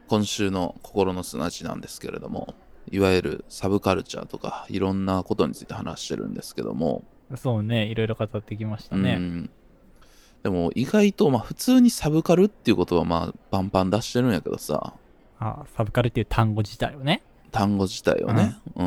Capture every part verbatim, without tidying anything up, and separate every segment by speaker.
Speaker 1: 今週の心の砂地なんですけれども、いわゆるサブカルチャーとかいろんなことについて話してるんですけども、
Speaker 2: そうね、いろいろ語ってきまし
Speaker 1: う
Speaker 2: たね。
Speaker 1: ん、でも意外とまあ普通にサブカルっていうことはまあバンバン出してるんやけどさ、
Speaker 2: あ、サブカルっていう単語自体をね。
Speaker 1: 単語自体を
Speaker 2: うん。
Speaker 1: ね、うん、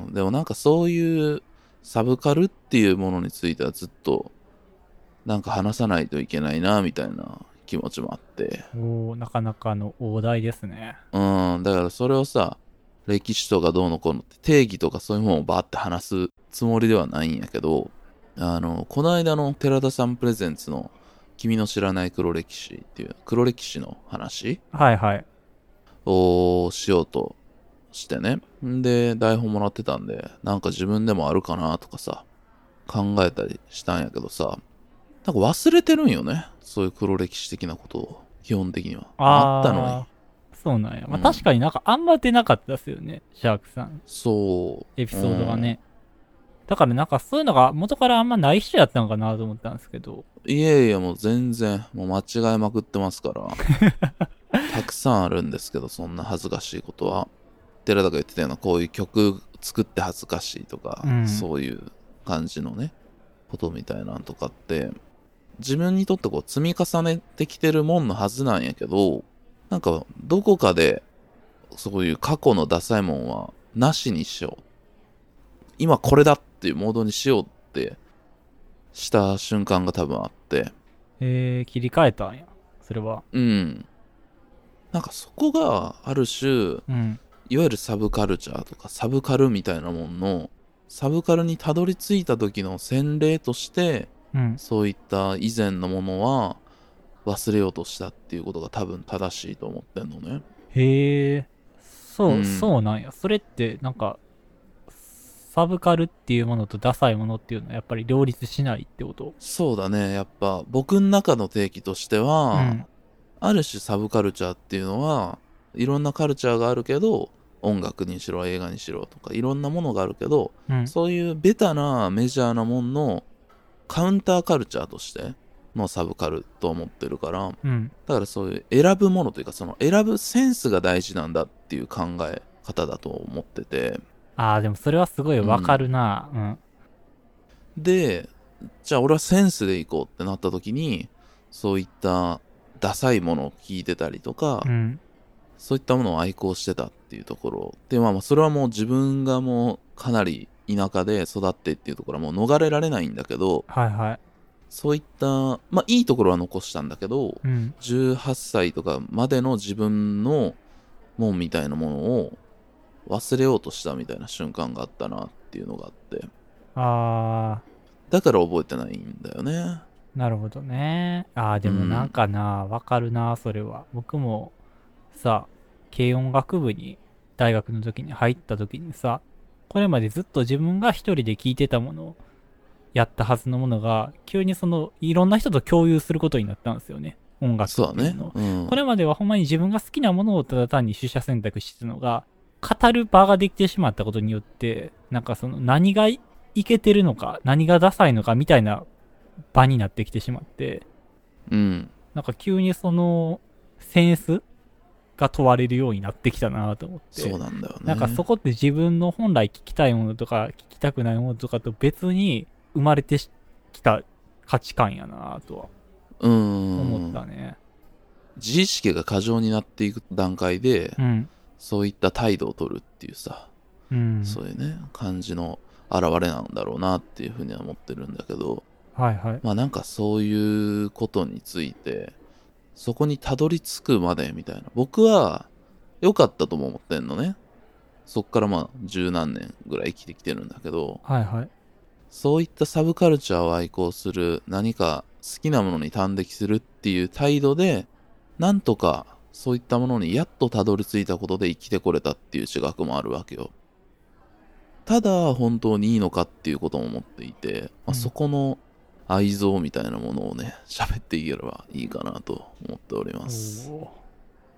Speaker 1: でもなんかそういうサブカルっていうものについてはずっとなんか話さないといけないなみたいな気持ちもあって、
Speaker 2: おー、なかなかの大台ですね。
Speaker 1: うん、だからそれをさ、歴史とかどうのこうのって定義とかそういうものをバーって話すつもりではないんやけど、あの、この間の寺田さんプレゼンツの君の知らない黒歴史っていう黒歴史の話
Speaker 2: はいはい。
Speaker 1: をしようとしてね。んで、台本もらってたんで、なんか自分でもあるかなとかさ、考えたりしたんやけどさ、なんか忘れてるんよね。そういう黒歴史的なことを。基本的には。あったのに。
Speaker 2: あー、そうなんや。まあ、確
Speaker 1: うん。
Speaker 2: かになんかあんま出なかったですよね、シャークさん。
Speaker 1: そ
Speaker 2: エピ
Speaker 1: う。う
Speaker 2: ソードが
Speaker 1: ん。
Speaker 2: ね。だからなんかそういうのが元からあんまない人やったのかなと思ったんですけど。
Speaker 1: いやいや、もう全然、もう間違えまくってますから。たくさんあるんですけど、そんな恥ずかしいことは。寺田が言ってたような、こういう曲作って恥ずかしいとか、
Speaker 2: うん。
Speaker 1: そういう感じのね、ことみたいなんとかって、自分にとってこう積み重ねてきてるもんのはずなんやけど、なんか、どこかで、そういう過去のダサいもんは、なしにしよう。今これだっていうモードにしようってした瞬間が多分あって、
Speaker 2: えー、切り替えたんや。それは。
Speaker 1: うん。なんかそこがある種、
Speaker 2: うん。
Speaker 1: いわゆるサブカルチャーとかサブカルみたいなもんの、サブカルにたどり着いた時の洗礼として、
Speaker 2: うん。
Speaker 1: そういった以前のものは忘れようとしたっていうことが多分正しいと思ってんのね。
Speaker 2: へえ。そう、
Speaker 1: うん。
Speaker 2: そうなんや。それってなんか、サブカルっていうものとダサいものっていうのはやっぱり両立しないってこと？
Speaker 1: そうだね。やっぱ僕の中の定義としては、
Speaker 2: うん。
Speaker 1: ある種サブカルチャーっていうのは、いろんなカルチャーがあるけど、音楽にしろ映画にしろとかいろんなものがあるけど、
Speaker 2: うん。
Speaker 1: そういうベタなメジャーなもんのカウンターカルチャーとしてのサブカルと思ってるから、
Speaker 2: うん。
Speaker 1: だからそういう選ぶものというか、その選ぶセンスが大事なんだっていう考え方だと思ってて、
Speaker 2: ああ、でもそれはすごいわか
Speaker 1: うん。
Speaker 2: るな。うん。
Speaker 1: で、じゃあ俺はセンスでいこうってなった時に、そういったダサいものを聞いてたりとか、
Speaker 2: うん。
Speaker 1: そういったものを愛好してたっていうところで、まあまあそれはもう自分がもうかなり田舎で育ってっていうところはもう逃れられないんだけど、
Speaker 2: はいはい。
Speaker 1: そういった、まあいいところは残したんだけど、
Speaker 2: うん。
Speaker 1: じゅうはっさいとかまでの自分のもんみたいなものを忘れようとしたみたいな瞬間があったなっていうのがあって、
Speaker 2: あ
Speaker 1: だから覚えてないんだよね。
Speaker 2: ー、なるほどね。あー、でもなん
Speaker 1: うん。
Speaker 2: かな、わかるな、それは。僕もさ、軽音楽部に大学の時に入った時にさ、これまでずっと自分が一人で聴いてたものをやったはずのものが、急にその、いろんな人と共有することになったんですよね。音楽っ
Speaker 1: そうだね。
Speaker 2: ていうのを。
Speaker 1: うん。
Speaker 2: これまではほんまに自分が好きなものをただ単に取捨選択してたのが、語る場ができてしまったことによって、なんかその何がいけてるのか、何がダサいのかみたいな場になってきてしまって、
Speaker 1: うん。
Speaker 2: なんか急にその、センスが問われるようになってきたなと思って、
Speaker 1: そうなんだよ
Speaker 2: なんかそ
Speaker 1: ね。
Speaker 2: こって自分の本来聞きたいものとか聞きたくないものとかと別に生まれてきた価値観やなとは
Speaker 1: うー
Speaker 2: 思っ
Speaker 1: ん。
Speaker 2: たね。
Speaker 1: 自意識が過剰になっていく段階で、
Speaker 2: うん。
Speaker 1: そういった態度を取るっていうさ、
Speaker 2: うん。
Speaker 1: そういうね、感じの現れなんだろうなっていうふうには思ってるんだけど、
Speaker 2: はいはい。
Speaker 1: まあなんかそういうことについて、そこにたどり着くまでみたいな。僕は良かったとも思ってんのね。そっからまあ十何年ぐらい生きてきてるんだけど、
Speaker 2: はいはい。
Speaker 1: そういったサブカルチャーを愛好する、何か好きなものに端的するっていう態度で、なんとかそういったものにやっとたどり着いたことで生きてこれたっていう自覚もあるわけよ。ただ本当にいいのかっていうことも思っていて、まあ、そ
Speaker 2: うん。
Speaker 1: この愛憎みたいなものをね、喋っていければいいかなと思っておりま
Speaker 2: お
Speaker 1: す。
Speaker 2: ー。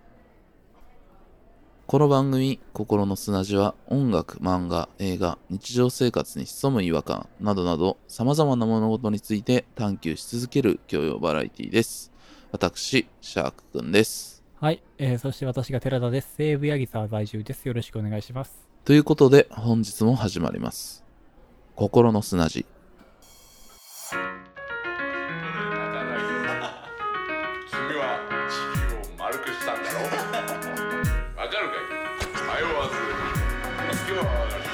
Speaker 1: この番組、心の砂地は音楽、漫画、映画、日常生活に潜む違和感などなど様々な物事について探求し続ける教養バラエティです。私、シャークくんです。
Speaker 2: はい、えー、そして私が寺田です。西武八木沢在住です。よろしくお願いします。
Speaker 1: ということで本日も始まります。心の砂地。
Speaker 3: 君は地球を丸くしたんだろわかるかい迷わず今日はわかる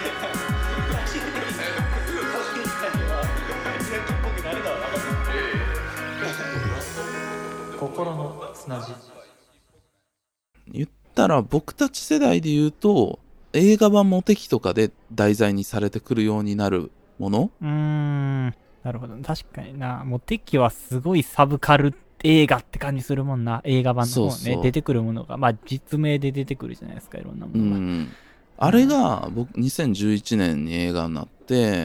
Speaker 2: 心の砂地。
Speaker 1: 言ったら僕たち世代で言うと映画版モテキとかで題材にされてくるようになるもの。
Speaker 2: うーん、なるほど。確かにな。モテキはすごいサブカル映画って感じするもんな。映画版の方ね。
Speaker 1: そうそう
Speaker 2: 出てくるものが。まあ実名で出てくるじゃないですか、いろんなも
Speaker 1: う
Speaker 2: のが。
Speaker 1: ん。あれが僕にせんじゅういちねんに映画になって、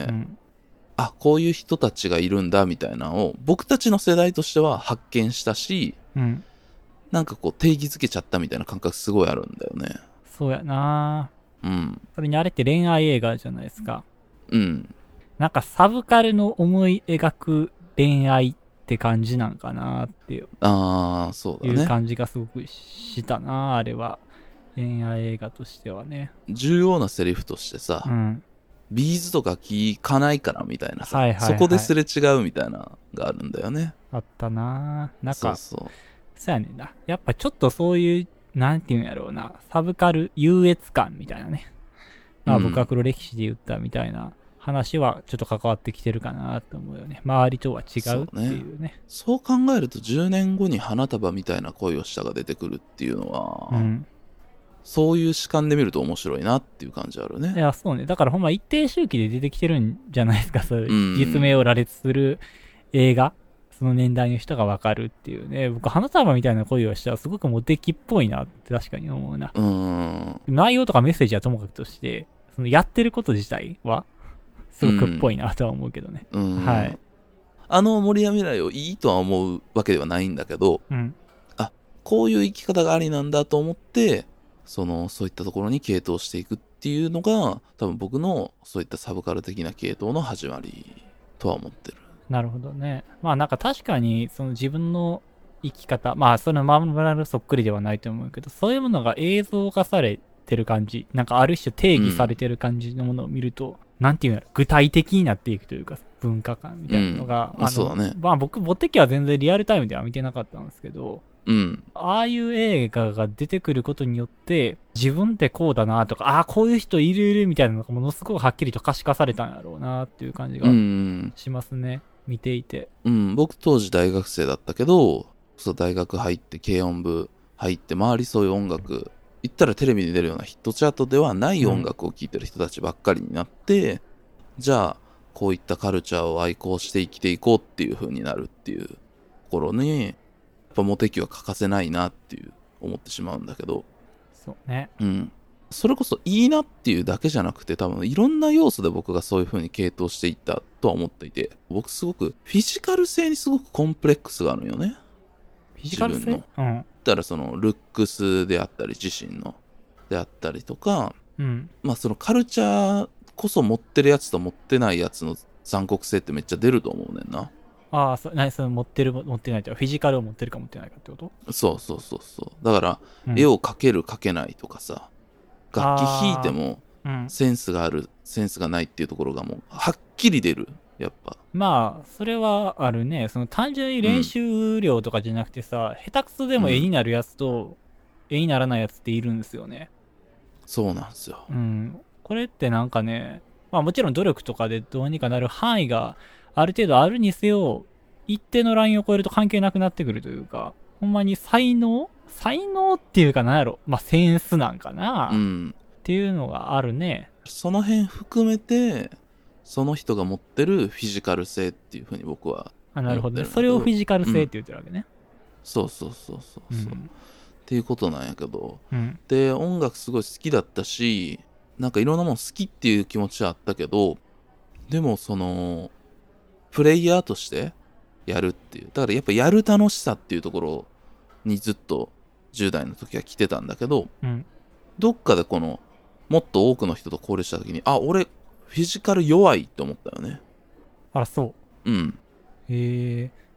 Speaker 2: うん、
Speaker 1: あ、こういう人たちがいるんだみたいなのを僕たちの世代としては発見したし、
Speaker 2: うん。
Speaker 1: なんかこう定義づけちゃったみたいな感覚すごいあるんだよね。
Speaker 2: そうやな。
Speaker 1: うん。
Speaker 2: それにあれって恋愛映画じゃないですか。
Speaker 1: うん。
Speaker 2: なんかサブカルの思い描く恋愛って感じなんかなっていう
Speaker 1: ああ、そうだ
Speaker 2: いう
Speaker 1: ね。
Speaker 2: 感じがすごくしたな、あれは。恋愛映画としてはね。
Speaker 1: 重要なセリフとしてさ、
Speaker 2: うん。
Speaker 1: ビーズとか聞かないからみたいなさ、
Speaker 2: はいはいはい
Speaker 1: そこですれ違うみたいなのがあるんだよね。
Speaker 2: あったな。なんか、
Speaker 1: そうそう。
Speaker 2: そうやねんな。やっぱちょっとそういう、なんていうんやろうな。サブカル優越感みたいなね。まあ
Speaker 1: うん
Speaker 2: 僕は黒歴史で言ったみたいな話はちょっと関わってきてるかなと思うよね。周りとは違うっていうね。
Speaker 1: そう考えるとじゅうねんごに花束みたいな恋をしたが出てくるっていうのは、
Speaker 2: うん。
Speaker 1: そういう視点で見ると面白いなっていう感じあるね。
Speaker 2: いや、そうね。だからほんま一定周期で出てきてるんじゃないですか。そういう
Speaker 1: うん
Speaker 2: 実名を羅列する映画。その年代の人がわかるっていうね。僕、花束みたいな恋をしたらすごくモテキっぽいなって確かに思うな。
Speaker 1: うーん。
Speaker 2: 内容とかメッセージはともかくとして、そのやってること自体は、すごくっぽいなとは思うけどね。
Speaker 1: うん。
Speaker 2: はい。
Speaker 1: あの森や未来をいいとは思うわけではないんだけど、
Speaker 2: うん。
Speaker 1: こういう生き方がありなんだと思って、その、そういったところに傾倒していくっていうのが、多分僕のそういったサブカル的な系統の始まりとは思ってる。
Speaker 2: なるほどね。まあなんか確かに、その自分の生き方、まあそのまんまるそっくりではないと思うけど、そういうものが映像化されてる感じ、なんかある種定義されてる感じのものを見ると、うん、なんていうんやろ、具体的になっていくというか、文化観みたいなのが、
Speaker 1: うん、あのそうだね。
Speaker 2: まあ僕、ボテキは全然リアルタイムでは見てなかったんですけど、
Speaker 1: うん。
Speaker 2: ああいう映画が出てくることによって、自分ってこうだなとか、ああ、こういう人いるいるみたいなのがものすごくはっきりと可視化されたんやろうなっていう感じがしますね。うん見ていて。
Speaker 1: うん、僕当時大学生だったけど、そう大学入って軽音部入って周りそういう音楽、言ったらテレビに出るようなヒットチャートではない音楽を聴いてる人たちばっかりになって、うん、じゃあこういったカルチャーを愛好して生きていこうっていう風になるっていうところに、やっぱモテ期は欠かせないなっていう思ってしまうんだけど。
Speaker 2: そうね。
Speaker 1: うん。それこそいいなっていうだけじゃなくて多分いろんな要素で僕がそういう風に傾倒していったとは思っていて、僕すごくフィジカル性にすごくコンプレックスがあるよね。
Speaker 2: フィジカル性？
Speaker 1: 自分の。
Speaker 2: うん。
Speaker 1: だからそのルックスであったり自身のであったりとか、
Speaker 2: うん。
Speaker 1: まあそのカルチャーこそ持ってるやつと持ってないやつの残酷性ってめっちゃ出ると思うねんな。
Speaker 2: ああ、そ何その持ってる持ってないというかフィジカルを持ってるか持ってないかってこと？
Speaker 1: そうそうそうそう。だから、うん、絵を描ける描けないとかさ、楽器弾いてもセンスがある、うん、センスがないっていうところがもうはっきり出る。やっぱ
Speaker 2: まあそれはあるね。その単純に練習量とかじゃなくてさ、うん、下手くそでも絵になるやつと、うん、絵にならないやつっているんですよね。
Speaker 1: そうなんですよ。
Speaker 2: うんこれってなんかね、まあもちろん努力とかでどうにかなる範囲がある程度あるにせよ、一定のラインを超えると関係なくなってくるというか、ほんまに才能才能っていうかなんやろ、まあセンスなんかな、うん、っていうのがあるね。
Speaker 1: その辺含めてその人が持ってるフィジカル性っていう風に僕は
Speaker 2: あなるほどね。それをフィジカル性って言ってるわけね。うん、
Speaker 1: そうそうそうそうそう、うん、っていうことなんやけど、
Speaker 2: うん、
Speaker 1: で音楽すごい好きだったし、なんかいろんなもの好きっていう気持ちはあったけど、でもそのプレイヤーとしてやるっていう、だからやっぱやる楽しさっていうところにずっとじゅう代の時は来てたんだけど、
Speaker 2: うん、
Speaker 1: どっかでこのもっと多くの人と交流した時に、あ、俺フィジカル弱いって思ったよね。
Speaker 2: あらそう。
Speaker 1: うん。
Speaker 2: へえ。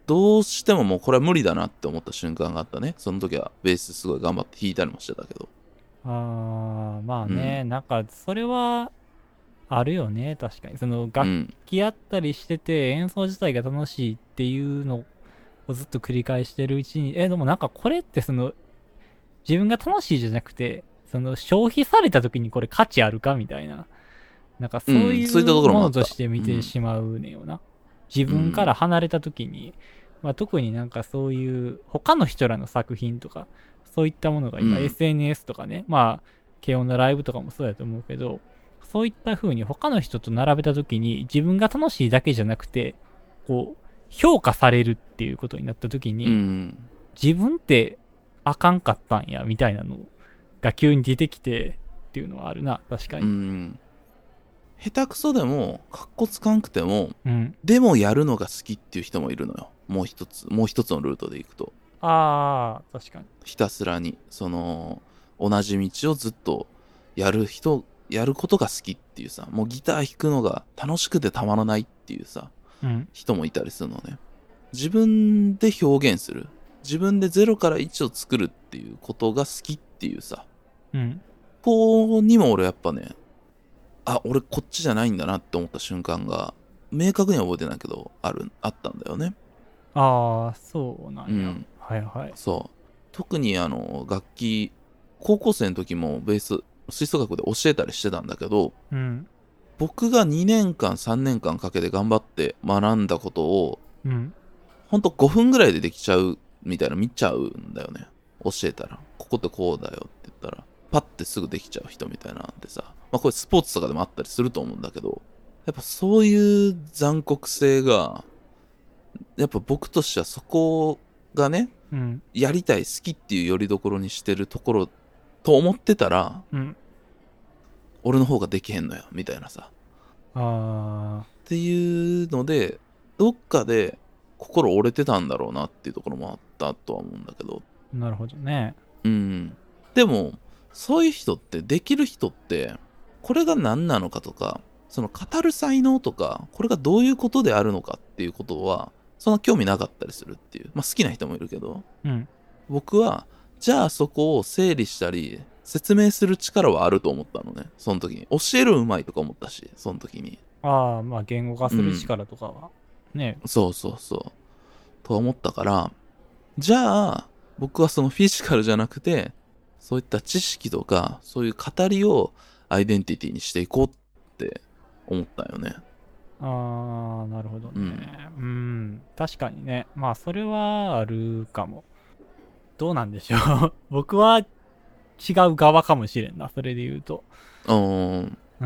Speaker 1: どうしてももうこれは無理だなって思った瞬間があったね。その時はベースすごい頑張って弾いたりもしてたけど。
Speaker 2: あー、まあね、うん、なんかそれはあるよね、確かに。その楽器やったりしてて、演奏自体が楽しいっていうのをずっと繰り返してるうちに、え、でもなんかこれってその、自分が楽しいじゃなくて、その消費された時にこれ価値あるかみたいな。なんかそういうものとして見てしまうねよな。うん、自分から離れた時に、まあ、特になんかそういう他の人らの作品とか、そういったものが今 エスエヌエス とかね、うん、まあ、慶応のライブとかもそうだと思うけど、そういった風に他の人と並べた時に自分が楽しいだけじゃなくて、こう、評価されるっていうことになった時に、うん、自分ってあかんかったんや、みたいなのが急に出てきてっていうのはあるな、確かに。うん、
Speaker 1: 下手くそでも、かっこつかんくても、
Speaker 2: うん、
Speaker 1: でもやるのが好きっていう人もいるのよ。もう一つ、もう一つのルートでいくと。
Speaker 2: ああ、確かに。
Speaker 1: ひたすらに、その、同じ道をずっとやる人、やることが好きっていうさ、もうギター弾くのが楽しくてたまらないっていうさ、
Speaker 2: うん、
Speaker 1: 人もいたりするのね。自分で表現する。自分でゼロからいちを作るっていうことが好きっていうさ、
Speaker 2: うん、
Speaker 1: ここにも俺やっぱね、あ、俺こっちじゃないんだなって思った瞬間が、明確には覚えてないけど、ある、あったんだよね。
Speaker 2: ああ、そうなんや。うん、はいはい。
Speaker 1: そう。特にあの、楽器、高校生の時もベース、吹奏楽で教えたりしてたんだけど、
Speaker 2: うん、
Speaker 1: 僕がにねんかん、さんねんかんかけて頑張って学んだことを、
Speaker 2: うん、
Speaker 1: ほんとごふんぐらいでできちゃうみたいな見ちゃうんだよね。教えたら。ここってこうだよって言ったら、パッてすぐできちゃう人みたいなんでさ。まあこれスポーツとかでもあったりすると思うんだけど、やっぱそういう残酷性が、やっぱ僕としてはそこがね、
Speaker 2: うん、
Speaker 1: やりたい、好きっていうよりどころにしてるところと思ってたら、
Speaker 2: うん、
Speaker 1: 俺の方ができへんのや、みたいなさ。
Speaker 2: あ
Speaker 1: っていうので、どっかで心折れてたんだろうなっていうところもあったとは思うんだけど。
Speaker 2: なるほどね。
Speaker 1: うん。でも、そういう人って、できる人って、これが何なのかとか、その語る才能とか、これがどういうことであるのかっていうことは、そんな興味なかったりするっていう。まあ好きな人もいるけど、
Speaker 2: うん、
Speaker 1: 僕は、じゃあそこを整理したり、説明する力はあると思ったのね。その時に。教えるうまいとか思ったし、その時に。
Speaker 2: ああ、まあ言語化する力とかは、うん、ね。
Speaker 1: そうそうそう。と思ったから、じゃあ、僕はそのフィジカルじゃなくて、そういった知識とか、そういう語りをアイデンティティにしていこうって思ったよね。
Speaker 2: ああ、なるほどね。うん、うん、確かにね。まあ、それはあるかも。どうなんでしょう。僕は違う側かもしれんな、それで言うと。
Speaker 1: うん。
Speaker 2: うん。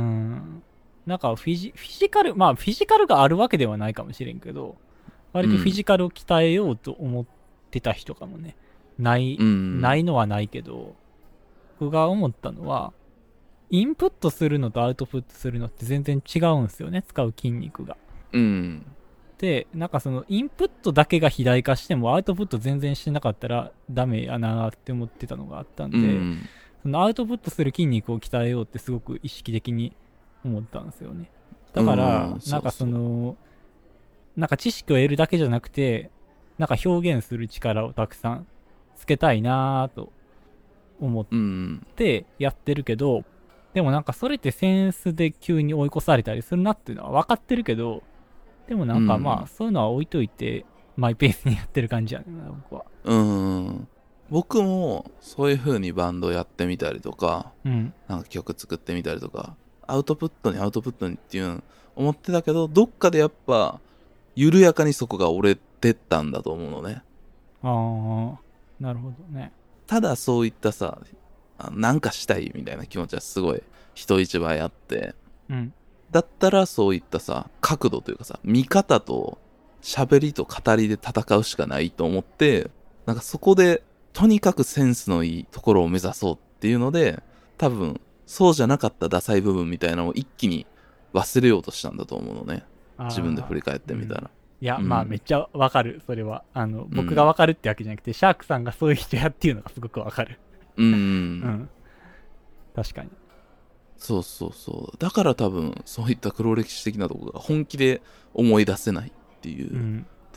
Speaker 2: なんかフィジ、フィジカル、まあ、フィジカルがあるわけではないかもしれんけど、割とフィジカルを鍛えようと思ってた人かもね。ない、
Speaker 1: うん、
Speaker 2: ないのはないけど、僕が思ったのは、インプットするのとアウトプットするのって全然違うんですよね、使う筋肉が。
Speaker 1: うん。
Speaker 2: で、なんかそのインプットだけが肥大化してもアウトプット全然してなかったらダメやなって思ってたのがあったんで、うん、そのアウトプットする筋肉を鍛えようってすごく意識的に思ったんですよね。だから、うん、なんかその、そうそうなんか知識を得るだけじゃなくて、なんか表現する力をたくさんつけたいなぁと思ってやってるけど、うん、でもなんかそれってセンスで急に追い越されたりするなっていうのは分かってるけど、でもなんかまあそういうのは置いといてマイペースにやってる感じやねんな、僕は。
Speaker 1: うん。僕もそういう風にバンドやってみたりとか、
Speaker 2: うん、
Speaker 1: なんか曲作ってみたりとか、アウトプットにアウトプットにっていうの思ってたけど、どっかでやっぱ緩やかにそこが折れてったんだと思うのね。
Speaker 2: ああ、なるほどね。
Speaker 1: ただそういったさ、なんかしたいみたいな気持ちはすごい人一倍あって、
Speaker 2: うん、
Speaker 1: だったらそういったさ、角度というかさ、見方と喋りと語りで戦うしかないと思って、なんかそこでとにかくセンスのいいところを目指そうっていうので、多分そうじゃなかったダサい部分みたいなのを一気に忘れようとしたんだと思うのね。自分で振り返ってみたら。うん、
Speaker 2: いや、うん、まあめっちゃわかる、それは。あの、僕がわかるってわけじゃなくて、うん、シャークさんがそういう人やっていうのがすごくわかる。
Speaker 1: うん、うん
Speaker 2: うん。確かに。
Speaker 1: そうそうそう。だから多分、そういった黒歴史的なところが本気で思い出せないっていうと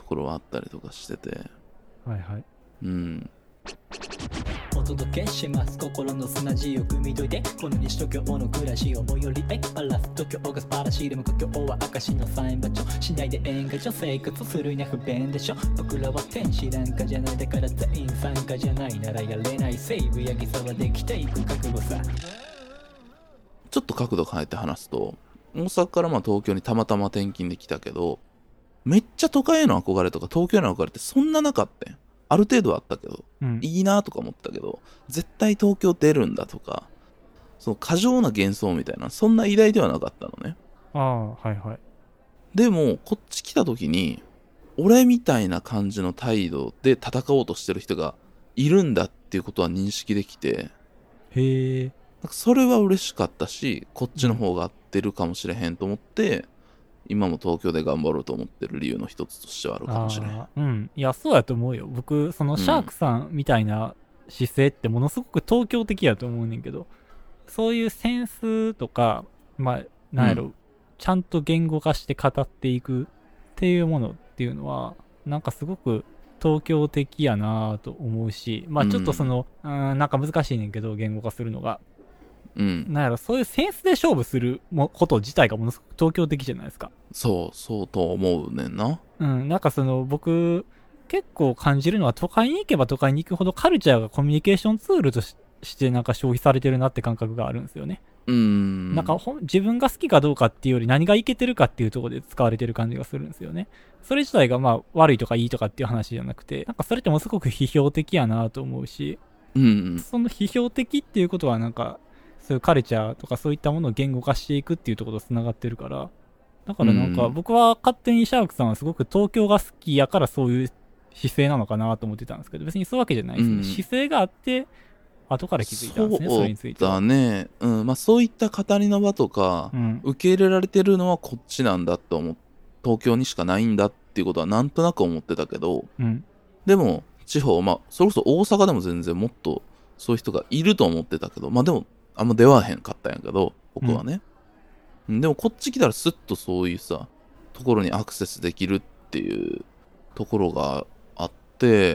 Speaker 1: ころはあったりとかしてて、
Speaker 2: はいはい。
Speaker 1: うん
Speaker 4: お届けします心の砂地を汲み解いてこの西東京の暮らしを最寄りへバラス東京が素晴らしいでも故郷は証のサイン場所しないで演歌上生活するには不便でしょ僕らは天使なんかじゃないだから全員参加じゃないならやれない西武八木沢できていく覚悟さ。
Speaker 1: ちょっと角度変えて話すと、大阪からまあ東京にたまたま転勤できたけど、めっちゃ都会への憧れとか東京への憧れってそんななかったん。ある程度はあったけど、
Speaker 2: うん、
Speaker 1: いいなとか思ったけど、絶対東京出るんだとか、その過剰な幻想みたいな、そんな偉大ではなかったのね。
Speaker 2: ああ、はいはい。
Speaker 1: でも、こっち来た時に、俺みたいな感じの態度で戦おうとしてる人がいるんだっていうことは認識できて、
Speaker 2: へえ。
Speaker 1: なんかそれは嬉しかったし、こっちの方が合ってるかもしれへんと思って、今も東京で頑張ろうと思ってる理由の一つとしてはあるかもしれへん。
Speaker 2: うん。いや、そうやと思うよ。僕、そのシャークさんみたいな姿勢ってものすごく東京的やと思うねんけど、そういうセンスとか、まあ、なんやろ、うん、ちゃんと言語化して語っていくっていうものっていうのは、なんかすごく東京的やなと思うし、まあちょっとその、うん、うんなんか難しいねんけど、言語化するのが。
Speaker 1: うん、
Speaker 2: なんやろ、そういうセンスで勝負するもこと自体がものすごく東京的じゃないですか。
Speaker 1: そう、そうと思うねんな。
Speaker 2: うん、なんかその僕、結構感じるのは都会に行けば都会に行くほどカルチャーがコミュニケーションツールとししてなんか消費されてるなって感覚があるんですよね。
Speaker 1: うーん。
Speaker 2: なんかほ自分が好きかどうかっていうより何がいけてるかっていうところで使われてる感じがするんですよね。それ自体がまあ悪いとかいいとかっていう話じゃなくて、なんかそれってものすごく批評的やなと思うし、
Speaker 1: うん、
Speaker 2: その批評的っていうことはなんかそういうカルチャーとかそういったものを言語化していくっていうところと繋がってるから、だからなんか僕は勝手にシャークさんはすごく東京が好きやからそういう姿勢なのかなと思ってたんですけど、別にそういうわけじゃないですね。うん、姿勢があって後から気づいたんですね、それについては。
Speaker 1: そうだね。うん。まあそういった語りの場とか、うん、受け入れられてるのはこっちなんだと思う。東京にしかないんだっていうことはなんとなく思ってたけど、
Speaker 2: うん、で
Speaker 1: も地方、まあそれこそ大阪でも全然もっとそういう人がいると思ってたけど、まあでもあんま出はへんかったんやけど、僕はね。うん、でもこっち来たらスッとそういうさ、ところにアクセスできるっていうところがあって、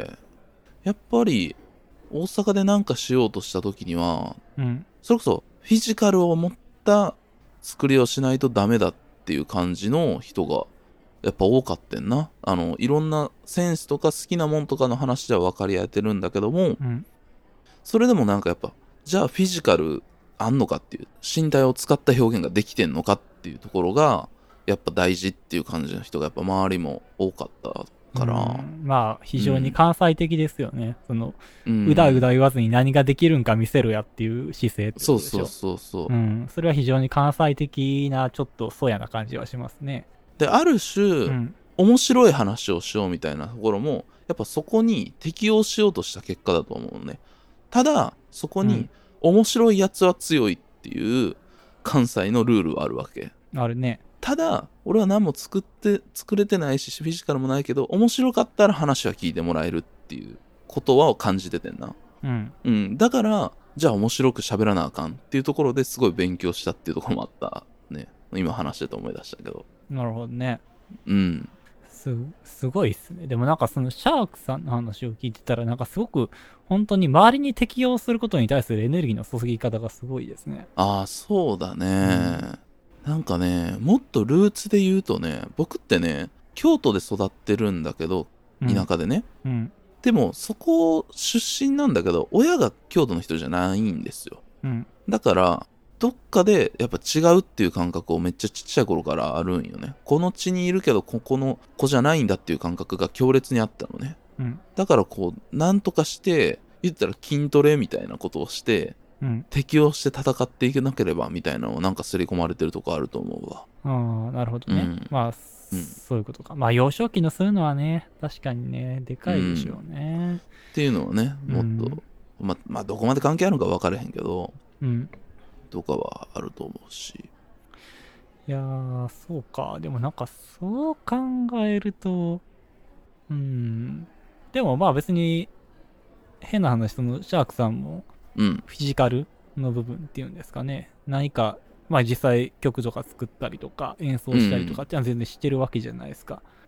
Speaker 1: やっぱり大阪でなんかしようとした時には、
Speaker 2: うん、
Speaker 1: それこそフィジカルを持った作りをしないとダメだっていう感じの人がやっぱ多かったんな。あのいろんなセンスとか好きなもんとかの話では分かり合えてるんだけども、
Speaker 2: うん、
Speaker 1: それでもなんかやっぱじゃあフィジカルあんのかっていう身体を使った表現ができてんのかっていうところがやっぱ大事っていう感じの人がやっぱ周りも多かったから、
Speaker 2: うん、まあ非常に関西的ですよね、うん、その、
Speaker 1: うん、
Speaker 2: うだうだ言わずに何ができるんか見せろやっていう姿勢ってことでしょ。
Speaker 1: そうそうそうそう、
Speaker 2: うん、それは非常に関西的なちょっとそやな感じはしますね。
Speaker 1: である種、うん、面白い話をしようみたいなところもやっぱそこに適応しようとした結果だと思うのね。ただそこに、うん面白いやつは強いっていう関西のルールはあるわけ。
Speaker 2: あるね。
Speaker 1: ただ俺は何も作って作れてないしフィジカルもないけど面白かったら話は聞いてもらえるっていうことは感じててんな。
Speaker 2: うん、
Speaker 1: うん、だからじゃあ面白く喋らなあかんっていうところですごい勉強したっていうところもあったね。今話してて思い出したけど。
Speaker 2: なるほどね。
Speaker 1: うん
Speaker 2: す, すごいっすね。でもなんかそのシャークさんの話を聞いてたらなんかすごく本当に周りに適応することに対するエネルギーの注ぎ方がすごいですね。
Speaker 1: ああそうだね、うん、なんかねもっとルーツで言うとね僕ってね京都で育ってるんだけど田舎でね、
Speaker 2: うんうん、
Speaker 1: でもそこ出身なんだけど親が京都の人じゃないんですよ、
Speaker 2: うん、
Speaker 1: だからどっかでやっぱ違うっていう感覚をめっちゃちっちゃい頃からあるんよね。この地にいるけどここの子じゃないんだっていう感覚が強烈にあったのね、
Speaker 2: うん、
Speaker 1: だからこうなんとかして言ったら筋トレみたいなことをして、うん、適応して戦っていけなければみたいなのをなんか刷り込まれてるとこあると思うわ。
Speaker 2: ああなるほどね、うん、まあ、うん、そういうことか。まあ幼少期のそういうのはね確かにねでかいでしょうね、うん、
Speaker 1: っていうのはねもっと、うん、ま, まあどこまで関係あるのか分からへんけど、
Speaker 2: うん
Speaker 1: とかはあると思うし。
Speaker 2: いやーそうか。でもなんかそう考えるとうんでもまあ別に変な話そのシャークさんもフィジカルの部分っていうんですかね、うん、何かまあ実際曲とか作ったりとか演奏したりとかっていうのは全然してるわけじゃないですか、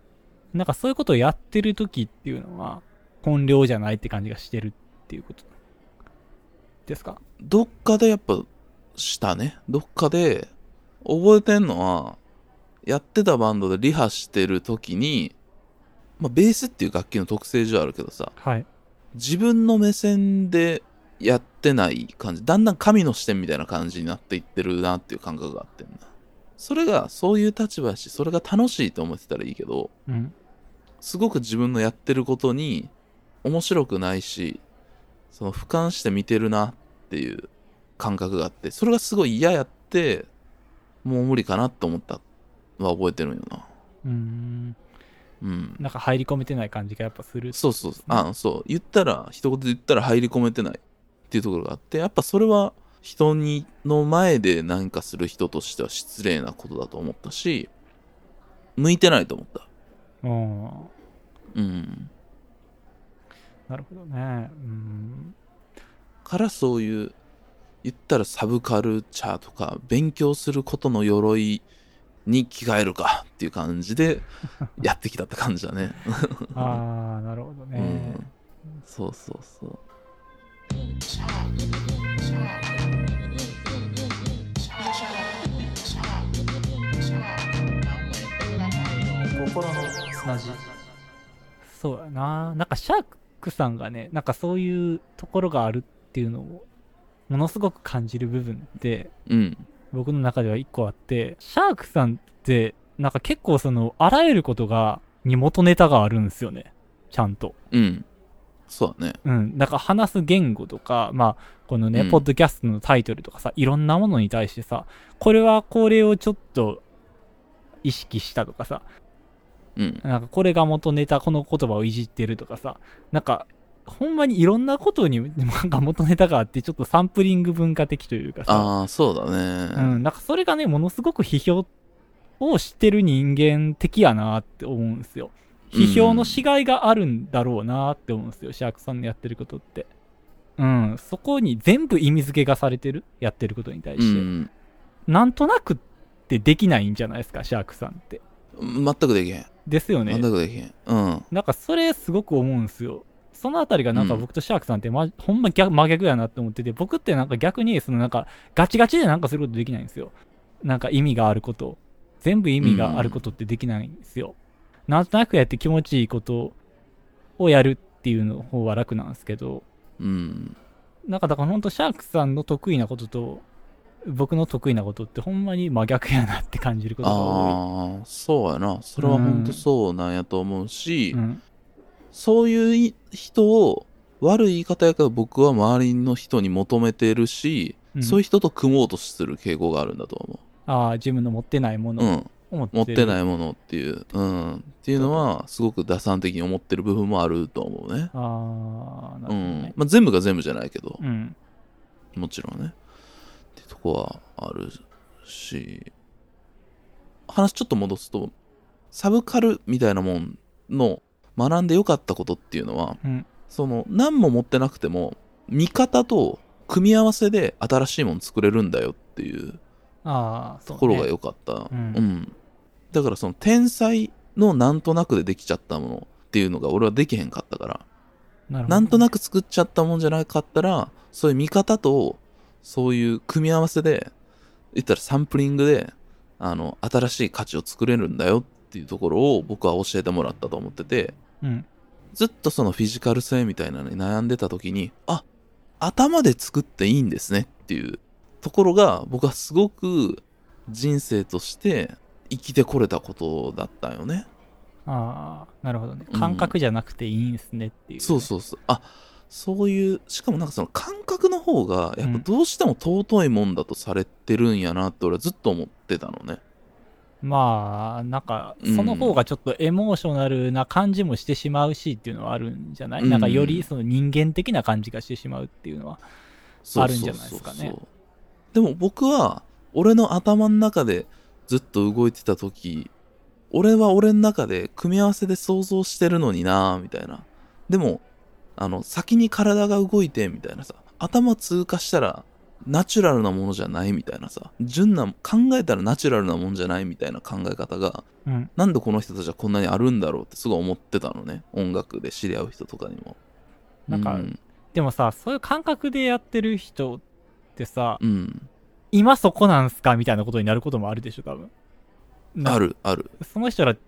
Speaker 2: なんかそういうことをやってる時っていうのは本領じゃないって感じがしてるっていうことですか？
Speaker 1: どっかでやっぱしたね。どっかで覚えてんのは、やってたバンドでリハしてる時に、まあベースっていう楽器の特性上あるけどさ、
Speaker 2: はい。
Speaker 1: 自分の目線でやってない感じ、だんだん神の視点みたいな感じになっていってるなっていう感覚があってんな。それがそういう立場やし、それが楽しいと思ってたらいいけど、
Speaker 2: うん。
Speaker 1: すごく自分のやってることに面白くないし、その俯瞰して見てるなっていう感覚があって、それがすごい嫌やって、もう無理かなと思ったのは覚えてるんよな。
Speaker 2: うーん。
Speaker 1: うん。
Speaker 2: なんか入り込めてない感じがやっぱする。
Speaker 1: そうそうそう。あ、そう。言ったら、一言で言ったら入り込めてないっていうところがあって、やっぱそれは人にの前で何かする人としては失礼なことだと思ったし、向いてないと思った。
Speaker 2: うん。
Speaker 1: うん。
Speaker 2: なるほどね。うん。
Speaker 1: からそういう言ったらサブカルチャーとか勉強することの鎧に着替えるかっていう感じでやってきたって感じだね。
Speaker 2: ああ、なるほど
Speaker 1: う
Speaker 2: ね。
Speaker 1: ん、そうそうそう。
Speaker 2: 心の砂地。そうやな。なんかシャークさんがね、なんかそういうところがあるっていうのをものすごく感じる部分って
Speaker 1: うん
Speaker 2: 僕の中では一個あって、シャークさんってなんか結構そのあらゆることがに元ネタがあるんですよね。ちゃんと。
Speaker 1: うんそうだね。
Speaker 2: うん。なんか話す言語とか、まあ、このね、
Speaker 1: うん
Speaker 2: ポッドキャストのタイトルとかさ、いろんなものに対してさ、これはこれをちょっと意識したとかさ、
Speaker 1: うん
Speaker 2: なんかこれが元ネタ、この言葉をいじってるとかさ、なんか、ほんまにいろんなことになんか元ネタがあって、ちょっとサンプリング文化的というかさ、
Speaker 1: ああそうだね。
Speaker 2: うん、なんかそれがね、ものすごく批評をしてる人間的やなって思うんですよ。批評のしがいがあるんだろうなって思うんですよ、シャークさんのやってることって。うん、そこに全部意味付けがされてる、やってることに対
Speaker 1: う
Speaker 2: して。
Speaker 1: ん
Speaker 2: なんとなくってできないんじゃないですか、シャークさんって。
Speaker 1: 全くできへん。
Speaker 2: ですよね。
Speaker 1: 全くできへん。うん
Speaker 2: なんかそれすごく思うんですよ。そのあたりがなんか僕とシャークさんって、ま、ほんま逆真逆やなって思ってて、僕ってなんか逆にそのなんかガチガチでなんかすることできないんですよ。なんか意味があること。全部意味があることってできないんですよ。なんとなくやって気持ちいいことをやるっていうの方は楽なんですけど、
Speaker 1: うん
Speaker 2: なんかだからほんとシャークさんの得意なことと僕の得意なことってほんまに真逆やなって感じることが多
Speaker 1: ああそうやな。それは本当そうなんやと思うし、
Speaker 2: い。うん。
Speaker 1: そういう人を悪い言い方やから僕は周りの人に求めてるし、
Speaker 2: うん
Speaker 1: そういう人と組もうとする傾向があるんだと思
Speaker 2: ああ、自分の持ってないも
Speaker 1: う。う
Speaker 2: の
Speaker 1: ん。
Speaker 2: を持ってる。
Speaker 1: 持ってないものっていう、うん。っていうのは、すごく打算的に思ってる部分もあると思うね。
Speaker 2: ああ、なるほど
Speaker 1: う
Speaker 2: ね
Speaker 1: ん。。まあ、全部が全部じゃないけど、
Speaker 2: うん。
Speaker 1: もちろんね。っていうとこはあるし、話ちょっと戻すと、サブカルみたいなもんの学んでよかったことっていうのは、
Speaker 2: うん。
Speaker 1: その何も持ってなくても見方と組み合わせで新しいもの作れるんだよっていう
Speaker 2: ああ、そうね。
Speaker 1: ところが良かった、
Speaker 2: うん
Speaker 1: うんだからその天才のなんとなくでできちゃったものっていうのが俺はできへんかったから、
Speaker 2: なるほど。
Speaker 1: なんとなく作っちゃったもんじゃなかったら、そういう見方とそういう組み合わせで言ったらサンプリングであの新しい価値を作れるんだよっていうところを僕は教えてもらったと思ってて、
Speaker 2: うん。
Speaker 1: ずっとそのフィジカル性みたいなのに悩んでた時に、あ、頭で作っていいんですねっていうところが僕はすごく人生として生きてこれたことだったよね。
Speaker 2: ああ、なるほどね。
Speaker 1: うん
Speaker 2: 感覚じゃなくていいんすねっていう、ね
Speaker 1: そうそうそう。あ、そういう、しかもなんかその感覚の方がやっぱどうしても尊いもんだとされてるんやなって俺はずっと思ってたのね。
Speaker 2: まあ、なんか、
Speaker 1: うん
Speaker 2: その方がちょっとエモーショナルな感じもしてしまうしっていうのはあるんじゃない、
Speaker 1: うん
Speaker 2: なんかよりその人間的な感じがしてしまうっていうのは。
Speaker 1: そうそうそうそう
Speaker 2: あるんじゃないですかね。
Speaker 1: でも僕は俺の頭の中でずっと動いてた時、俺は俺の中で組み合わせで想像してるのになみたいな。でもあの先に体が動いてみたいなさ、頭通過したらナチュラルなものじゃないみたいなさ、純な、考えたらナチュラルなもんじゃないみたいな考え方が、
Speaker 2: うん。
Speaker 1: なんでこの人たちはこんなにあるんだろうってすごい思ってたのね。音楽で知り合う人とかにも。
Speaker 2: なんか
Speaker 1: うん。
Speaker 2: でもさ、そういう感覚でやってる人ってさ、
Speaker 1: うん、
Speaker 2: 今そこなんすかみたいなことになることもあるでしょ、多分。な
Speaker 1: ある、ある。
Speaker 2: その人らって、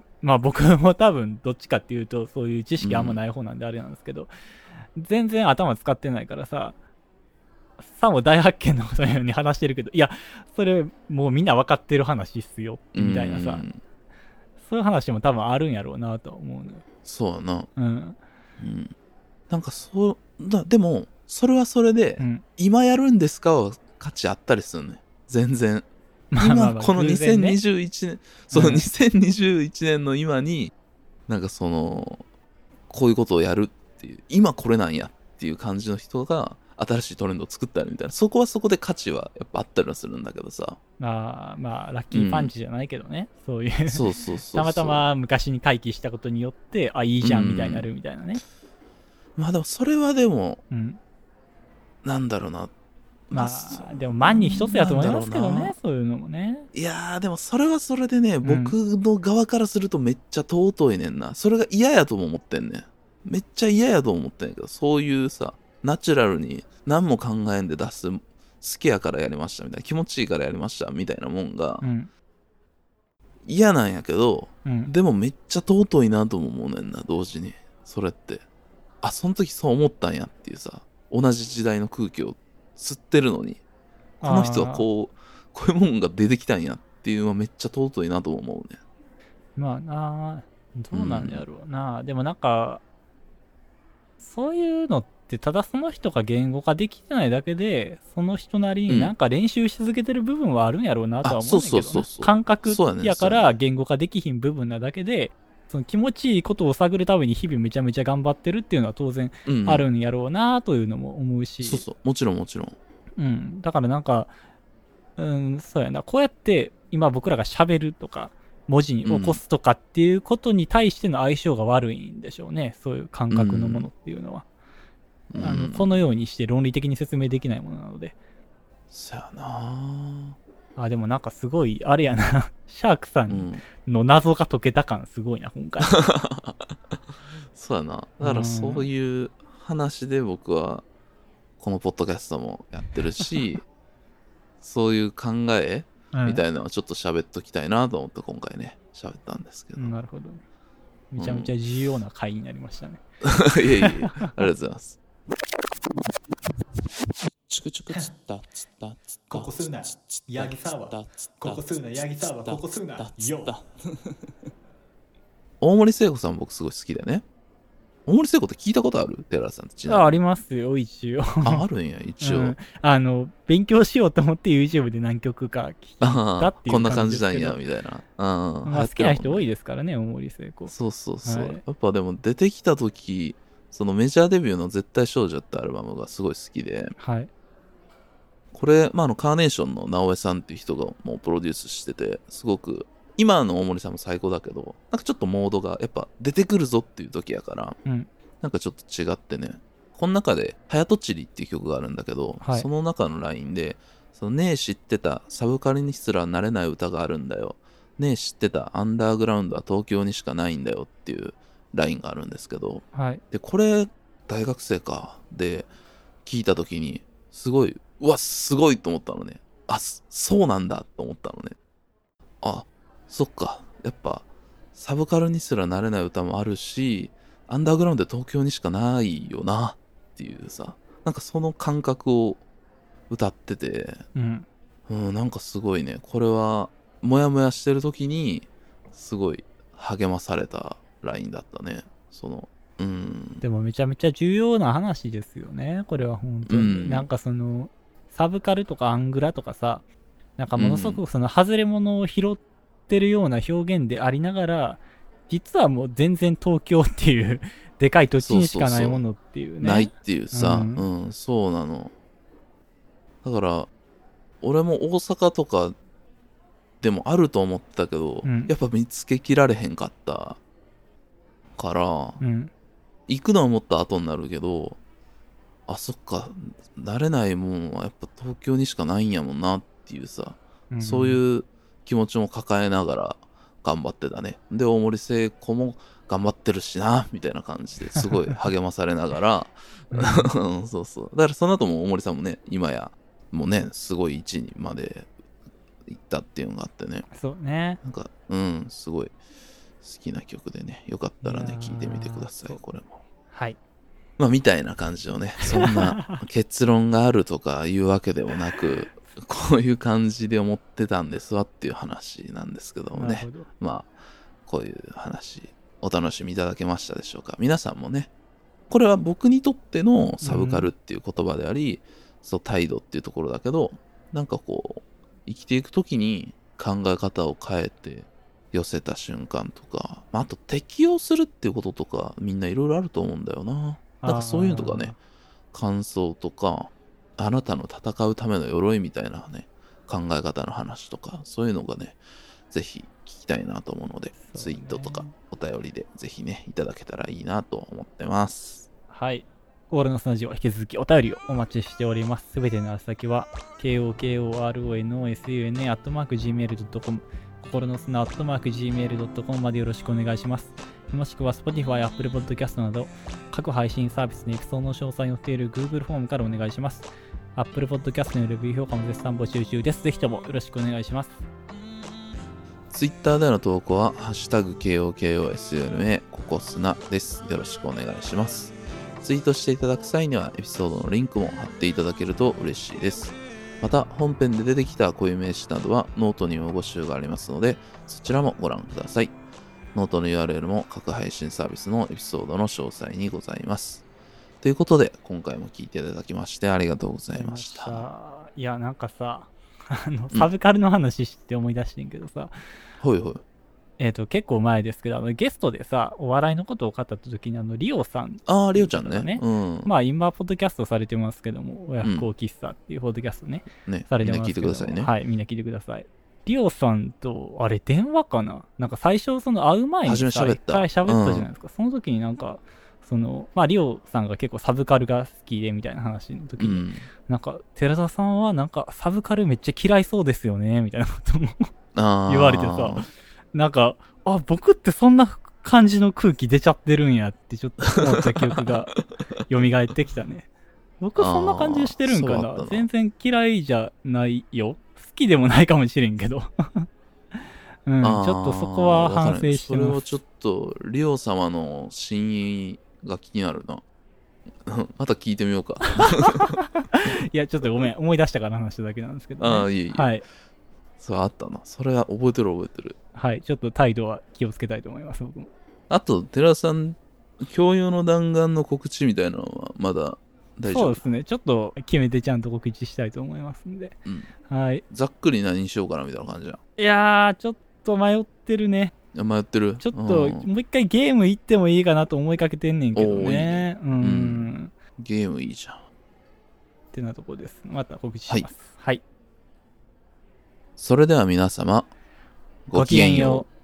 Speaker 2: まあ僕も多分どっちかっていうと、そういう知識あんまない方なんであれなんですけど、うん、全然頭使ってないからさ、さも大発見のことのように話してるけど、いや、それもうみんな分かってる話っすよ、みたいなさ、うん、そういう話も多分あるんやろうなと思うのよ。
Speaker 1: そうやな。
Speaker 2: うん。
Speaker 1: うん。なんかそう、だでも、それはそれで、
Speaker 2: うん、
Speaker 1: 今やるんですかは価値あったりするね。全然。今、このにせんにじゅういちねん、ね、そのにせんにじゅういちねんの今に、なんかその、こういうことをやるっていう、今これなんやっていう感じの人が、新しいトレンドを作ったりみたいな、そこはそこで価値はやっぱあったりはするんだけどさ。
Speaker 2: あまあ、ラッキーパンチじゃないけどね。うん、そういう。
Speaker 1: そうそうそうそう。
Speaker 2: たまたま昔に回帰したことによって、あ、いいじゃんみたいになるみたいなね。
Speaker 1: うん、まあでも、それはでも、
Speaker 2: うん、
Speaker 1: なんだろうな。
Speaker 2: まあ、でも万に一つやと思いますけどね、そういうのもね。
Speaker 1: いやー、でもそれはそれでね、うん、僕の側からするとめっちゃ尊いねんな。それが嫌やとも思ってんねん。めっちゃ嫌やと思ってんねんけど、そういうさ、ナチュラルに何も考えんで出す、好きやからやりましたみたいな、気持ちいいからやりましたみたいなもんが、嫌なんやけど、うん、でもめっちゃ尊いなとも思うねんな、同時に。それって。あ、その時そう思ったんやっていうさ、同じ時代の空気を吸ってるのに、この人はこう、こういうもんが出てきたんやっていうのはめっちゃ尊いなとも思うね。
Speaker 2: まあなあ、どうなんやろうな、うん、でもなんか、そういうのってただその人が言語化できてないだけで、その人なりになんか練習し続けてる部分はあるんやろうなとは思うんだけど、感覚やから言語化できひん部分なだけで、その気持ちいいことを探るために日々めちゃめちゃ頑張ってるっていうのは当然あるんやろうなというのも思うし、
Speaker 1: うんうん、そうそう、もちろんもちろん。
Speaker 2: うん、だからなんか、うん、そうやな、こうやって今僕らが喋るとか、文字に起こすとかっていうことに対しての相性が悪いんでしょうね、そういう感覚のものっていうのは。うん、あのこのようにして論理的に説明できないものなので。
Speaker 1: そやな
Speaker 2: あ、でもなんかすごい、あれやな、シャークさんの謎が解けた感すごいな、今回。
Speaker 1: そうやな。だからそういう話で僕は、このポッドキャストもやってるし、そういう考えみたいなのをちょっと喋っときたいなと思って今回ね、喋ったんですけど。
Speaker 2: なるほど。めちゃめちゃ重要な回になりましたね。
Speaker 1: うん、いやいやいや、ありがとうございます。チクチクつったつったつった
Speaker 4: ここすうなヤギサワここすうなヤギサワここすうなよ
Speaker 1: 大森聖子さん僕すごい好きでね。大森聖子って聞いたことある？寺田さんってちなみに。
Speaker 2: あ、ありますよ、一応。
Speaker 1: あ、あるんや、一応、うん。
Speaker 2: あの、勉強しようと思って YouTube で何曲か聞いたっていう感じですけど。
Speaker 1: こんな感じなんや、みたいな。うん。
Speaker 2: まあ、好きな人多いですからね、大森聖子。
Speaker 1: そうそうそう、はい。やっぱでも出てきた時、そのメジャーデビューの絶対少女ってアルバムがすごい好きで。
Speaker 2: はい。
Speaker 1: これ、まあ、あの、カーネーションの直江さんっていう人がもうプロデュースしてて、すごく、今の大森さんも最高だけど、なんかちょっとモードがやっぱ出てくるぞっていう時やから、
Speaker 2: うん、
Speaker 1: なんかちょっと違ってね、この中で、はやとちりっていう曲があるんだけど、はい、その中のラインで、そのねえ知ってた、サブカルにすらなれない歌があるんだよ。ねえ知ってた、アンダーグラウンドは東京にしかないんだよっていうラインがあるんですけど、
Speaker 2: はい、
Speaker 1: で、これ、大学生か、で、聞いた時に、すごい、うわ、すごいと思ったのね。あ、そうなんだと思ったのね。あ、そっか。やっぱ、サブカルにすらなれない歌もあるし、アンダーグラウンドで東京にしかないよなっていうさ、なんかその感覚を歌ってて、
Speaker 2: うん、
Speaker 1: うん、なんかすごいね、これは、もやもやしてる時に、すごい励まされたラインだったね。その、うん。
Speaker 2: でもめちゃめちゃ重要な話ですよね、これは本当に。うん、なんかその、サブカルとかアングラとかさ、なんかものすごくその外れ物を拾ってるような表現でありながら、実はもう全然東京っていうでかい土地にしかないものっていうね。そうそうそうない
Speaker 1: っていうさ、うん、うん、そうなの。だから、俺も大阪とかでもあると思ったけど、うん、やっぱ見つけきられへんかったから、
Speaker 2: うん、
Speaker 1: 行くのはもっと後になるけど、 あ、そっか、慣れないもんはやっぱ東京にしかないんやもんなっていうさ、
Speaker 2: うん
Speaker 1: そういう気持ちも抱えながら頑張ってたね。で、大森聖子も頑張ってるしな、みたいな感じですごい励まされながら、うんそうそう。だからその後も大森さんもね、今や、もうね、すごい位置にまで行ったっていうのがあってね。
Speaker 2: そうね。
Speaker 1: なんか、うん、すごい好きな曲でね、よかったらね、
Speaker 2: いやー
Speaker 1: 聴いてみてください、
Speaker 2: そう
Speaker 1: これも。
Speaker 2: はい。
Speaker 1: まあ、みたいな感じのね、そんな結論があるとかいうわけでもなく、こういう感じで思ってたんですわっていう話なんですけどもね。
Speaker 2: なるほど。
Speaker 1: まあ、こういう話、お楽しみいただけましたでしょうか。皆さんもね、これは僕にとってのサブカルっていう言葉であり、そう、態度っていうところだけど、なんかこう、生きていくときに考え方を変えて寄せた瞬間とか、まあ、あと適応するっていうこととか、みんないろいろあると思うんだよな。なんかそういうのとかね、感想とか、あなたの戦うための鎧みたいなね、考え方の話とか、そういうのがね、ぜひ聞きたいなと思うので、ツイートとかお便りでぜひね、いただけたらいいなと思ってます。
Speaker 2: はい。コールのスナジオは引き続きお便りをお待ちしております。すべての宛先は、ケーオーケーオーアールオーエヌオーエスユーエヌエー アットマーク ジーメールドットコム、心の砂アットマーク ジーメールドットコム までよろしくお願いします。もしくは Spotify、Apple Podcast など各配信サービスのエピソードの詳細を載っている Google フォームからお願いします。Apple Podcast のレビュー評価も絶賛募集中です。ぜひともよろしくお願いします。
Speaker 1: Twitter での投稿は、ハッシュタグ ケーオーケーオーエスユーエヌエー ココスナです。よろしくお願いします。ツイートしていただく際にはエピソードのリンクも貼っていただけると嬉しいです。また本編で出てきた固有名詞などはノートにも募集がありますので、そちらもご覧ください。ノートの ユーアールエル も各配信サービスのエピソードの詳細にございます。ということで今回も聞いていただきましてありがとうございました。
Speaker 2: いや、なんかさ、あのサブカルの話して思い出してんけどさ、
Speaker 1: ほいほい。
Speaker 2: えっ、と、結構前ですけど、あのゲストでさ、お笑いのことを語った時に、あの、リオさん、
Speaker 1: ああ、リオちゃんね。うん。
Speaker 2: まあ、今、ポッドキャストされてますけども、親不孝喫茶っていうポッドキャストね、
Speaker 1: ね、
Speaker 2: されてますけど、
Speaker 1: みんな聞いてくださいね。
Speaker 2: はい、みんな聞いてください。リオさんと、あれ、電話かななんか最初、その会う前にさ、
Speaker 1: 初め喋った。
Speaker 2: 一回喋ったじゃないですか。うん、その時になんか、その、まあ、リオさんが結構サブカルが好きでみたいな話の時に、うん、なんか、寺田さんはなんか、サブカルめっちゃ嫌いそうですよね、みたいなことも言われてさ、なんか、あ、僕ってそんな感じの空気出ちゃってるんやってちょっと思った記憶が蘇ってきたね。僕そんな感じしてるんか な, な全然嫌いじゃないよ。好きでもないかもしれんけど。うん、ちょっとそこは反省してます。
Speaker 1: それをちょっと、リオ様の真意が気になるな。また聞いてみようか。
Speaker 2: いや、ちょっとごめん。思い出したから話しただけなんですけど、ね。
Speaker 1: ああ、いえいえ。はい。そうあったな。それは覚えてる覚えてる。
Speaker 2: はい。ちょっと態度は気をつけたいと思います、僕も。
Speaker 1: あと、寺さん、教養の弾丸の告知みたいなのはまだ大丈夫？
Speaker 2: そうですね。ちょっと決めてちゃんと告知したいと思いますんで。うん、はい。
Speaker 1: ざっくり何にしようかなみたいな感じじゃん。
Speaker 2: いやー、ちょっと迷ってるね。
Speaker 1: 迷ってる。
Speaker 2: ちょっと、もう一回ゲーム行ってもいいかなと思いかけてんねんけどね。いいね、うん、うん。
Speaker 1: ゲームいいじゃん。
Speaker 2: ってなとこです。また告知します。はい。はい、
Speaker 1: それでは皆様、ごきげんよう。